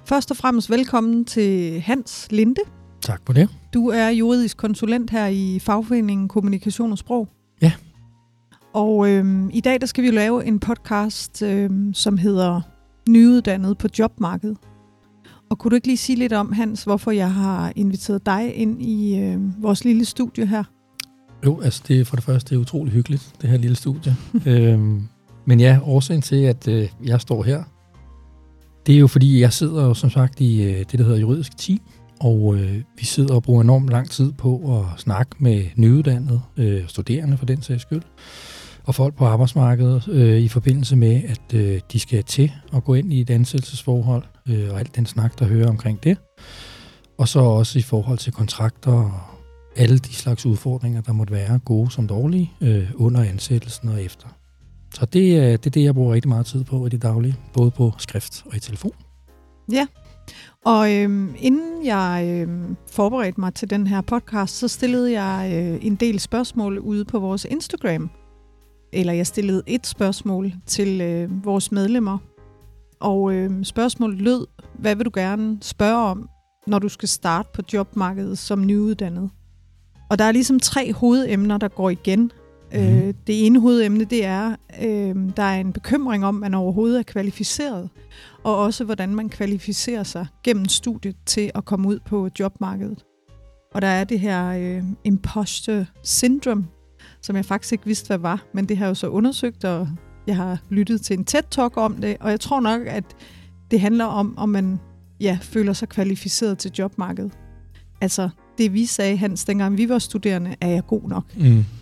Først og fremmest velkommen til Hans Linde. Tak for det. Du er juridisk konsulent her i fagforeningen Kommunikation og Sprog. Ja. Og i dag der skal vi lave en podcast, som hedder Nyuddannet på jobmarkedet. Og kunne du ikke lige sige lidt om, Hans, hvorfor jeg har inviteret dig ind i vores lille studie her? Jo, altså det for det første det er utroligt hyggeligt, det her lille studie. Men ja, årsagen til, at jeg står her, det er jo fordi, jeg sidder jo som sagt i det, der hedder juridisk team, og vi sidder og bruger enormt lang tid på at snakke med nyuddannede studerende for den sags skyld, og folk på arbejdsmarkedet i forbindelse med, at de skal til at gå ind i et ansættelsesforhold, og alt den snak, der hører omkring det. Og så også i forhold til kontrakter og alle de slags udfordringer, der måtte være, gode som dårlige, under ansættelsen og efter. Så det er det, jeg bruger rigtig meget tid på i det daglige, både på skrift og i telefon. Ja, og inden jeg forberedte mig til den her podcast, så stillede jeg en del spørgsmål ude på vores Instagram. Eller jeg stillede et spørgsmål til vores medlemmer. Og spørgsmålet lød, hvad vil du gerne spørge om, når du skal starte på jobmarkedet som nyuddannet? Og der er ligesom 3 hovedemner, der går igen. Det ene hovedemne, det er, der er en bekymring om, at man overhovedet er kvalificeret, og også hvordan man kvalificerer sig gennem studiet til at komme ud på jobmarkedet. Og der er det her imposter syndrome, som jeg faktisk ikke vidste, hvad var, men det har jeg jo så undersøgt, og jeg har lyttet til en TED-talk om det, og jeg tror nok, at det handler om man føler sig kvalificeret til jobmarkedet. Altså, det vi sagde, Hans, dengang vi var studerende, er jeg god nok.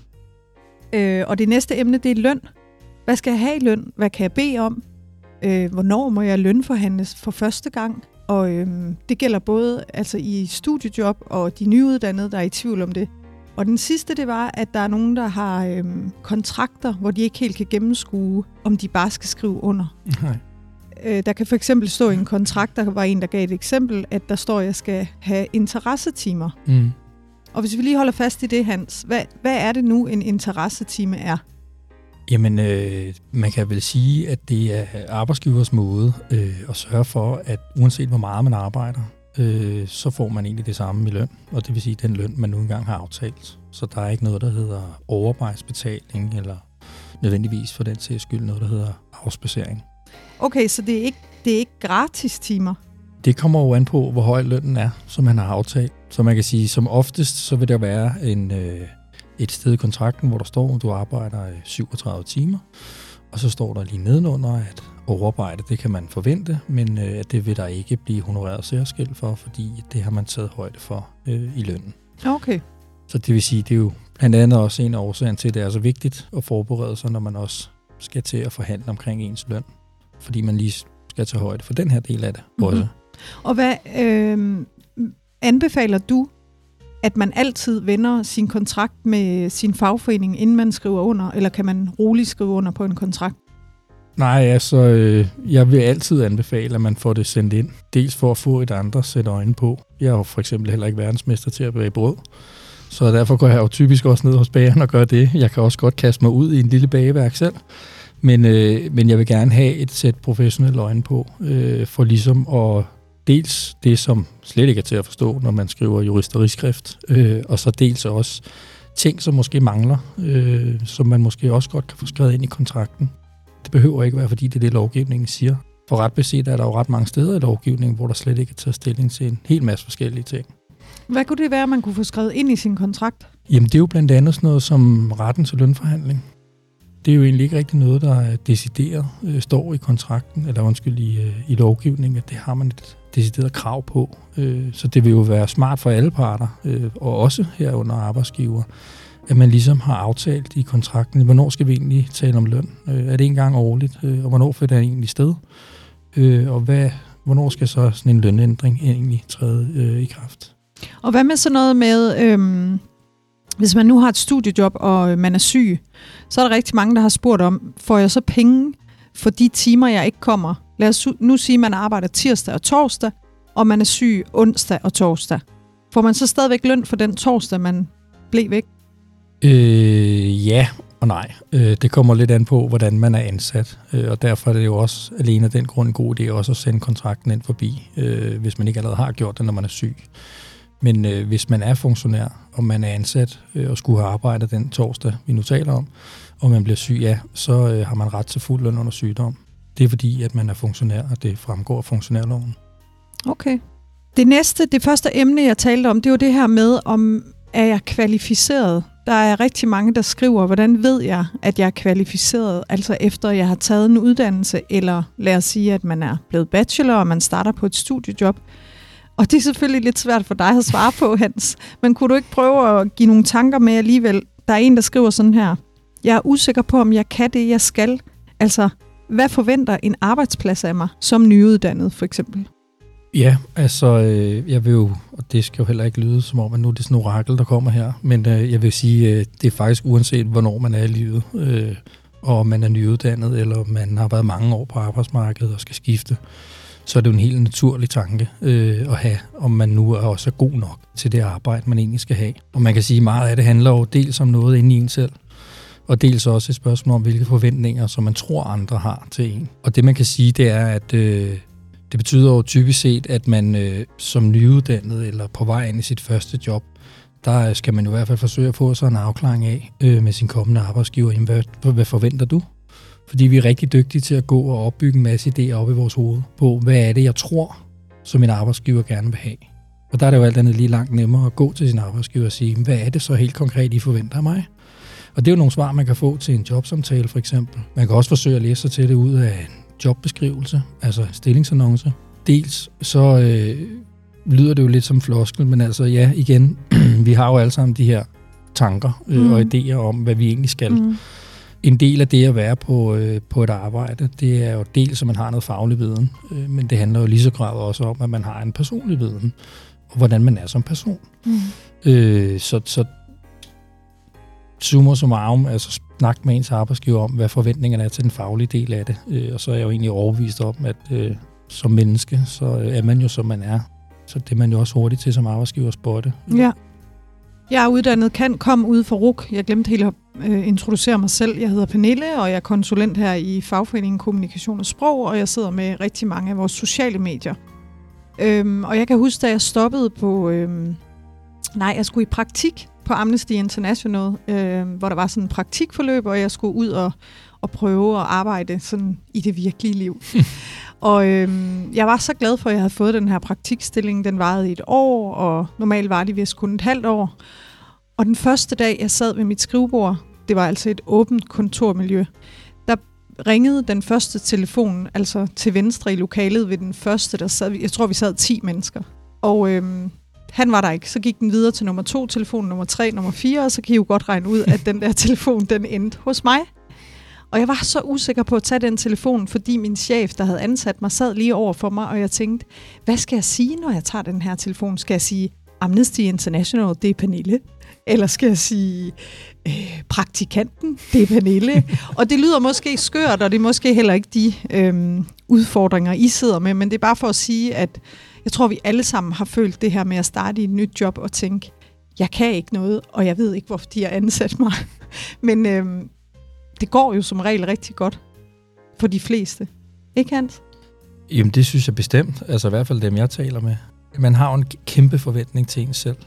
Og det næste emne, det er løn. Hvad skal jeg have i løn? Hvad kan jeg bede om? Hvornår må jeg lønforhandles for første gang? Og det gælder både altså i studiejob og de nyuddannede, der er i tvivl om det. Og den sidste, det var, at der er nogen, der har kontrakter, hvor de ikke helt kan gennemskue, om de bare skal skrive under. Nej. Der kan for eksempel stå i en kontrakt, der var en, der gav et eksempel, at der står, at jeg skal have interessetimer. Og hvis vi lige holder fast i det, Hans, hvad er det nu, en interessetime er? Jamen, man kan vel sige, at det er arbejdsgivers måde at sørge for, at uanset hvor meget man arbejder, så får man egentlig det samme i løn, og det vil sige den løn, man nu engang har aftalt. Så der er ikke noget, der hedder overarbejdsbetaling, eller nødvendigvis for den sags skyld noget, der hedder afspacering. Okay, så det er ikke gratis timer? Det kommer jo an på, hvor høj lønnen er, som man har aftalt. Så man kan sige, som oftest, så vil der være et sted i kontrakten, hvor der står, at du arbejder 37 timer. Og så står der lige nedenunder, at overarbejde, det kan man forvente, men at det vil der ikke blive honoreret særskilt for, fordi det har man taget højde for i lønnen. Okay. Så det vil sige, det er jo blandt andet også en af årsagen til, at det er så vigtigt at forberede sig, når man også skal til at forhandle omkring ens løn. Fordi man lige skal tage højde for den her del af det også. Og hvad anbefaler du, at man altid vender sin kontrakt med sin fagforening, inden man skriver under, eller kan man roligt skrive under på en kontrakt? Nej, altså, jeg vil altid anbefale, at man får det sendt ind. Dels for at få et andet sæt øjne på. Jeg er jo for eksempel heller ikke verdensmester til at bage brød, så derfor går jeg jo typisk også ned hos bageren og gør det. Jeg kan også godt kaste mig ud i en lille bageværk selv, men jeg vil gerne have et sæt professionelle øjne på, for ligesom at dels det, som slet ikke er til at forstå, når man skriver juristeriskrift, og så dels også ting, som måske mangler, som man måske også godt kan få skrevet ind i kontrakten. Det behøver ikke være, fordi det er det, lovgivningen siger. For ret beset er der jo ret mange steder i lovgivningen, hvor der slet ikke er taget stilling til en hel masse forskellige ting. Hvad kunne det være, man kunne få skrevet ind i sin kontrakt? Jamen, det er jo blandt andet sådan noget som retten til lønforhandling. Det er jo egentlig ikke rigtig noget, der er decideret står i kontrakten, eller i lovgivningen, at det har man et decideret krav på. Så det vil jo være smart for alle parter, og også herunder arbejdsgiver, at man ligesom har aftalt i kontrakten, hvornår skal vi egentlig tale om løn? Er det en gang årligt? Og hvornår finder det egentlig sted? Og hvornår skal så sådan en lønændring egentlig træde i kraft? Og hvad med sådan noget med, hvis man nu har et studiejob, og man er syg, så er der rigtig mange, der har spurgt om, får jeg så penge for de timer, jeg ikke kommer? Lad os nu sige, at man arbejder tirsdag og torsdag, og man er syg onsdag og torsdag. Får man så stadigvæk løn for den torsdag, man blev væk? Ja, Og nej, det kommer lidt an på, hvordan man er ansat, og derfor er det jo også alene af den grund en god idé også at sende kontrakten ind forbi, hvis man ikke allerede har gjort det, når man er syg. Men hvis man er funktionær, og man er ansat og skulle have arbejdet den torsdag, vi nu taler om, og man bliver syg, ja, så har man ret til fuld løn under sygdom. Det er fordi, at man er funktionær, og det fremgår af funktionærloven. Okay. Det første emne, jeg talte om, det var det her med, om er jeg kvalificeret? Der er rigtig mange, der skriver, hvordan ved jeg, at jeg er kvalificeret, altså efter jeg har taget en uddannelse, eller lad os sige, at man er blevet bachelor, og man starter på et studiejob. Og det er selvfølgelig lidt svært for dig at svare på, Hans. Men kunne du ikke prøve at give nogle tanker med alligevel? Der er en, der skriver sådan her. Jeg er usikker på, om jeg kan det, jeg skal. Altså, hvad forventer en arbejdsplads af mig, som nyuddannet for eksempel? Ja, altså, jeg vil jo, og det skal jo heller ikke lyde som om, at nu er det sådan en orakel, der kommer her, men jeg vil sige, det er faktisk uanset, hvornår man er i livet, og om man er nyuddannet, eller man har været mange år på arbejdsmarkedet og skal skifte, så er det jo en helt naturlig tanke at have, om man nu også er god nok til det arbejde, man egentlig skal have. Og man kan sige, meget af det handler jo dels om noget inde i en selv, og dels også et spørgsmål om, hvilke forventninger, som man tror, andre har til en. Og det, man kan sige, det er, at det betyder jo typisk set, at man som nyuddannet eller på vej ind i sit første job, der skal man jo i hvert fald forsøge at få sig en afklaring af med sin kommende arbejdsgiver. Jamen, hvad forventer du? Fordi vi er rigtig dygtige til at gå og opbygge en masse idéer op i vores hoved på, hvad er det, jeg tror, som en arbejdsgiver gerne vil have. Og der er det jo alt andet lige langt nemmere at gå til sin arbejdsgiver og sige, hvad er det så helt konkret, I forventer af mig? Og det er jo nogle svar, man kan få til en jobsamtale for eksempel. Man kan også forsøge at læse sig til det ud af en jobbeskrivelse, altså stillingsannonce. Dels så lyder det jo lidt som floskel, men altså ja, igen, vi har jo alle sammen de her tanker og idéer om, hvad vi egentlig skal. En del af det at være på et arbejde, det er jo dels, at man har noget faglig viden, men det handler jo lige så grad også om, at man har en personlig viden, og hvordan man er som person. Så summa summarum, altså snak med ens arbejdsgiver om, hvad forventningerne er til den faglige del af det. Og så er jeg jo egentlig overbevist om, at som menneske, så er man jo, som man er. Så det er man jo også hurtigt til som arbejdsgiver at spotte. Ja. Jeg er uddannet komme ude fra RUC. Jeg glemte helt at introducere mig selv. Jeg hedder Pernille, og jeg er konsulent her i Fagforeningen Kommunikation og Sprog, og jeg sidder med rigtig mange af vores sociale medier. Og jeg kan huske, da jeg stoppede på... jeg skulle i praktik på Amnesty International, hvor der var sådan en praktikforløb, og jeg skulle ud og prøve at arbejde sådan i det virkelige liv. Og jeg var så glad for, at jeg havde fået den her praktikstilling. Den varede i 1 år, og normalt var det vist kun et halvt år. Og den første dag, jeg sad ved mit skrivebord, det var altså et åbent kontormiljø, der ringede den første telefon, altså til venstre i lokalet ved den første, der sad, jeg tror vi sad 10 mennesker. Og han var der ikke. Så gik den videre til nummer 2, telefon nummer 3, nummer 4, og så kan I jo godt regne ud, at den der telefon, den endte hos mig. Og jeg var så usikker på at tage den telefon, fordi min chef, der havde ansat mig, sad lige over for mig, og jeg tænkte, hvad skal jeg sige, når jeg tager den her telefon? Skal jeg sige, Amnesty International, det er Pernille? Eller skal jeg sige, praktikanten, det er Pernille? Og det lyder måske skørt, og det er måske heller ikke de udfordringer, I sidder med, men det er bare for at sige, at jeg tror, vi alle sammen har følt det her med at starte i et nyt job og tænke, jeg kan ikke noget, og jeg ved ikke, hvorfor de har ansat mig. Men det går jo som regel rigtig godt for de fleste. Ikke, Hans? Jamen, det synes jeg bestemt. Altså i hvert fald dem, jeg taler med. Man har jo en kæmpe forventning til en selv.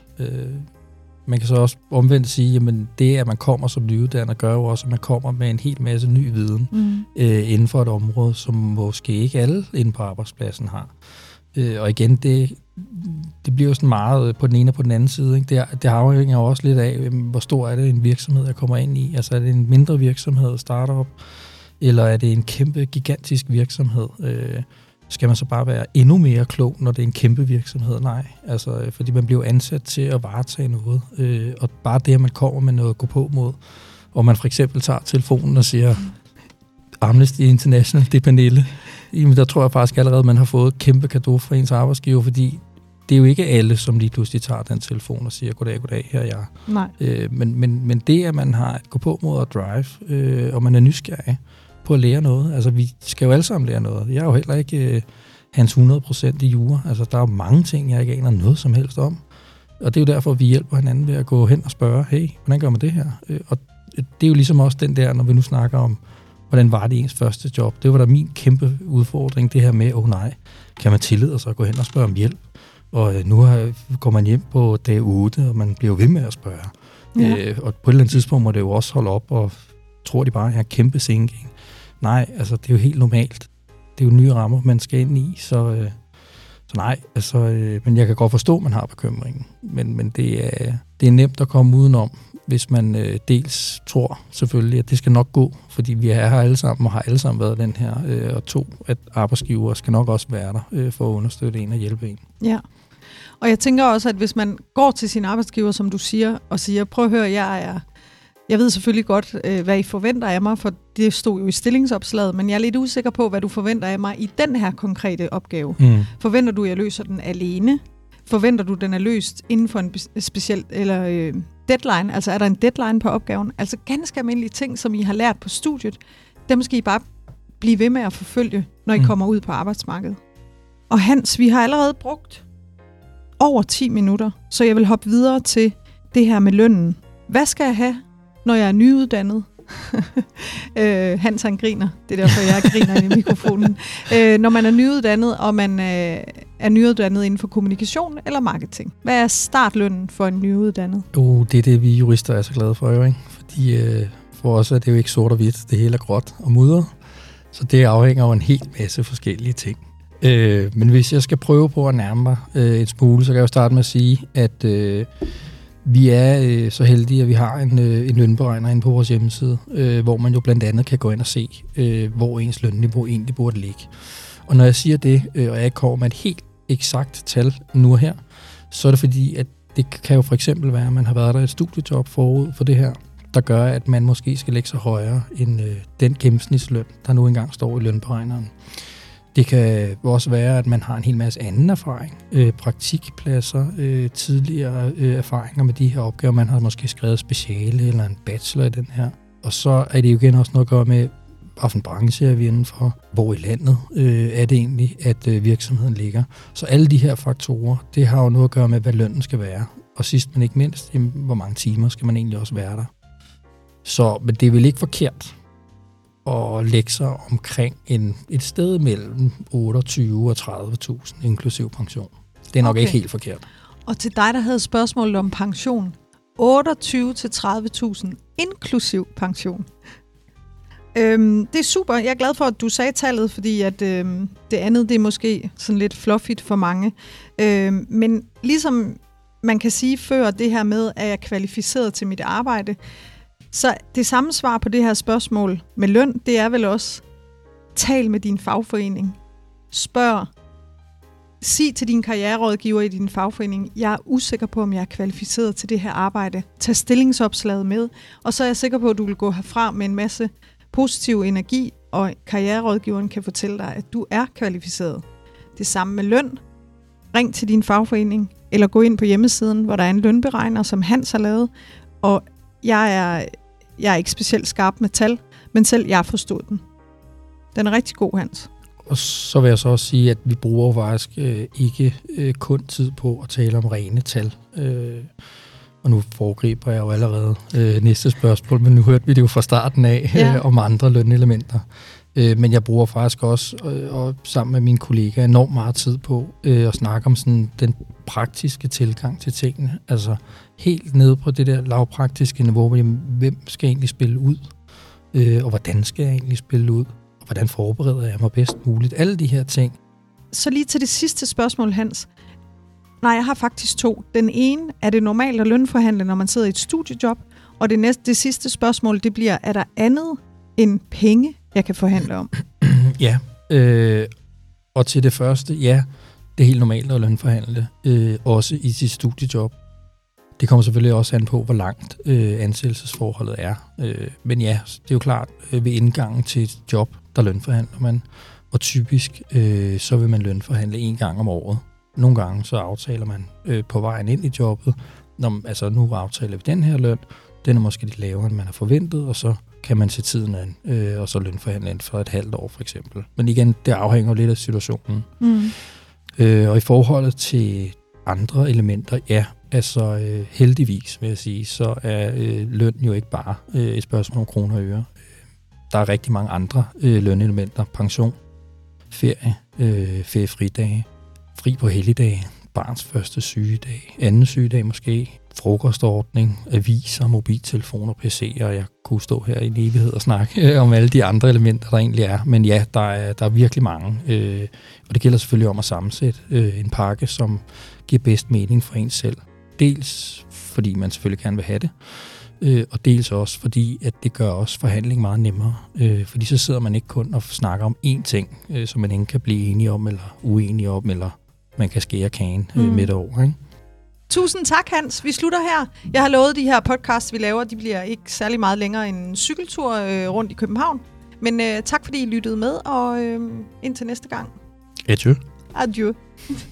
Man kan så også omvendt sige, jamen det, at man kommer som nyuddannet, gør jo også, at man kommer med en hel masse ny viden inden for et område, som måske ikke alle inde på arbejdspladsen har. Og igen, det bliver jo sådan meget på den ene og på den anden side. Ikke? Det afhænger jo også lidt af, hvor stor er det en virksomhed, jeg kommer ind i. Altså er det en mindre virksomhed, startup, eller er det en kæmpe, gigantisk virksomhed? Skal man så bare være endnu mere klog, når det er en kæmpe virksomhed? Nej, altså, fordi man bliver ansat til at varetage noget. Og bare det, at man kommer med noget at gå på mod, og man for eksempel tager telefonen og siger, Amnesty International, det er Pernille. Jamen, der tror jeg faktisk allerede, man har fået kæmpe cadeau fra ens arbejdsgiver, fordi det er jo ikke alle, som lige pludselig tager den telefon og siger, goddag, her er jeg. Nej. Men det, at man har et gå på mod at drive, og man er nysgerrig på at lære noget. Altså, vi skal jo alle sammen lære noget. Jeg er jo heller ikke hans 100% i jura. Altså, der er jo mange ting, jeg ikke aner noget som helst om. Og det er jo derfor, vi hjælper hinanden ved at gå hen og spørge, hey, hvordan gør man det her? Og det er jo ligesom også den der, når vi nu snakker om, hvordan var det ens første job. Det var da min kæmpe udfordring, det her med, nej, kan man tillade sig at gå hen og spørge om hjælp? Og nu går man hjem på dag 8, og man bliver ved med at spørge. Ja. Og på et eller andet tidspunkt må det jo også holde op, og tror de bare, at jeg har kæmpe sinking. Nej, altså det er jo helt normalt. Det er jo nye rammer, man skal ind i, så nej, altså, men jeg kan godt forstå, at man har bekymringen. Men det er nemt at komme udenom, hvis man dels tror selvfølgelig, at det skal nok gå, fordi vi er her alle sammen, og har alle sammen været den her, og 2, at arbejdsgivere skal nok også være der for at understøtte en og hjælpe en. Ja, og jeg tænker også, at hvis man går til sin arbejdsgiver, som du siger, og siger, prøv at høre, jeg ved selvfølgelig godt, hvad I forventer af mig, for det stod jo i stillingsopslaget, men jeg er lidt usikker på, hvad du forventer af mig i den her konkrete opgave. Forventer du, at jeg løser den alene? Forventer du, den er løst inden for en speciel deadline? Altså er der en deadline på opgaven? Altså ganske almindelige ting, som I har lært på studiet, dem skal I bare blive ved med at forfølge, når I kommer ud på arbejdsmarkedet. Og Hans, vi har allerede brugt over 10 minutter, så jeg vil hoppe videre til det her med lønnen. Hvad skal jeg have, når jeg er nyuddannet? Hans han griner. Det er derfor, jeg griner i mikrofonen. Når man er nyuddannet, og man er nyuddannet inden for kommunikation eller marketing. Hvad er startlønnen for en nyuddannet? Det er det, vi jurister er så glade for, jo, ikke? Fordi for os er det jo ikke sort og hvidt. Det hele er gråt og mudret. Så det afhænger af en hel masse forskellige ting. Men hvis jeg skal prøve på at nærme mig et smule, så kan jeg jo starte med at sige, at vi er så heldige, at vi har en lønberegner inde på vores hjemmeside, hvor man jo blandt andet kan gå ind og se, hvor ens lønniveau egentlig burde ligge. Og når jeg siger det, og jeg ikke kommer med et helt eksakt tal nu og her, så er det fordi, at det kan jo for eksempel være, at man har været der et studiejob forud for det her, der gør, at man måske skal lægge sig højere end den gennemsnitsløn, der nu engang står i lønberegneren. Det kan også være, at man har en hel masse anden erfaring, praktikpladser, tidligere erfaringer med de her opgaver. Man har måske skrevet speciale eller en bachelor i den her. Og så er det jo igen også noget at gøre med, hvilken branche er vi inden for, hvor i landet er det egentlig, at virksomheden ligger. Så alle de her faktorer, det har jo noget at gøre med, hvad lønnen skal være. Og sidst men ikke mindst, hvor mange timer skal man egentlig også være der. Men det er vel ikke forkert og lægge sig omkring et sted mellem 28 og 30.000 inklusiv pension. Det er nok ikke helt forkert. Og til dig, der havde spørgsmålet om pension, 28 til 30.000 inklusiv pension. Det er super. Jeg er glad for, at du sagde tallet, fordi at, det andet det er måske sådan lidt fluffigt for mange. Men ligesom man kan sige før det her med, at jeg er kvalificeret til mit arbejde, så det samme svar på det her spørgsmål med løn, det er vel også, tal med din fagforening. Spørg. Sig til din karriererådgiver i din fagforening, jeg er usikker på, om jeg er kvalificeret til det her arbejde. Tag stillingsopslaget med, og så er jeg sikker på, at du vil gå herfra med en masse positiv energi, og karriererådgiveren kan fortælle dig, at du er kvalificeret. Det samme med løn. Ring til din fagforening, eller gå ind på hjemmesiden, hvor der er en lønberegner, som Hans har lavet, og jeg er ikke specielt skarp med tal, men selv jeg forstod den. Den er rigtig god, Hans. Og så vil jeg så også sige, at vi bruger faktisk ikke kun tid på at tale om rene tal. Og nu foregriber jeg jo allerede næste spørgsmål, men nu hørte vi det jo fra starten af om andre lønelementer. Men jeg bruger faktisk også, og sammen med mine kollegaer, enormt meget tid på at snakke om sådan den praktiske tilgang til tingene. Altså helt nede på det der lavpraktiske niveau, hvem skal egentlig spille ud, og hvordan skal jeg egentlig spille ud, og hvordan forbereder jeg mig bedst muligt. Alle de her ting. Så lige til det sidste spørgsmål, Hans. Nej, jeg har faktisk 2. Den ene, er det normalt at lønforhandle, når man sidder i et studiejob? Og det sidste spørgsmål, det bliver, er der andet end penge, jeg kan forhandle om? Ja, og til det første, ja, det er helt normalt at lønforhandle, også i sit studiejob. Det kommer selvfølgelig også an på, hvor langt ansættelsesforholdet er. Men ja, det er jo klart, ved indgangen til et job, der lønforhandler man, og typisk så vil man lønforhandle 1 gang om året. Nogle gange så aftaler man på vejen ind i jobbet, altså nu aftaler vi den her løn, den er måske lidt lavere, end man har forventet, og så kan man se tiden an, og så lønforhandle inden for et halvt år for eksempel. Men igen, det afhænger lidt af situationen. Og i forhold til andre elementer, ja, Altså heldigvis, vil jeg sige, så er løn jo ikke bare et spørgsmål om kroner og øre. Der er rigtig mange andre lønelementer. Pension, ferie, feriefridage, fri på helligdage, barns første sygedag, anden sygedag måske, frokostordning, aviser, mobiltelefoner, PC'er. Jeg kunne stå her i en evighed og snakke om alle de andre elementer, der egentlig er. Men ja, der er virkelig mange. Og det gælder selvfølgelig om at sammensætte en pakke, som giver bedst mening for en selv. Dels fordi man selvfølgelig gerne vil have det, og dels også fordi, at det gør også forhandling meget nemmere. Fordi så sidder man ikke kun og snakker om én ting, som man ikke kan blive enige om, eller uenige om, eller man kan skære kagen midt over, ikke? Tusind tak, Hans. Vi slutter her. Jeg har lovet, de her podcasts, vi laver, de bliver ikke særlig meget længere end en cykeltur rundt i København. Men tak, fordi I lyttede med, og indtil næste gang. Adieu. Adieu.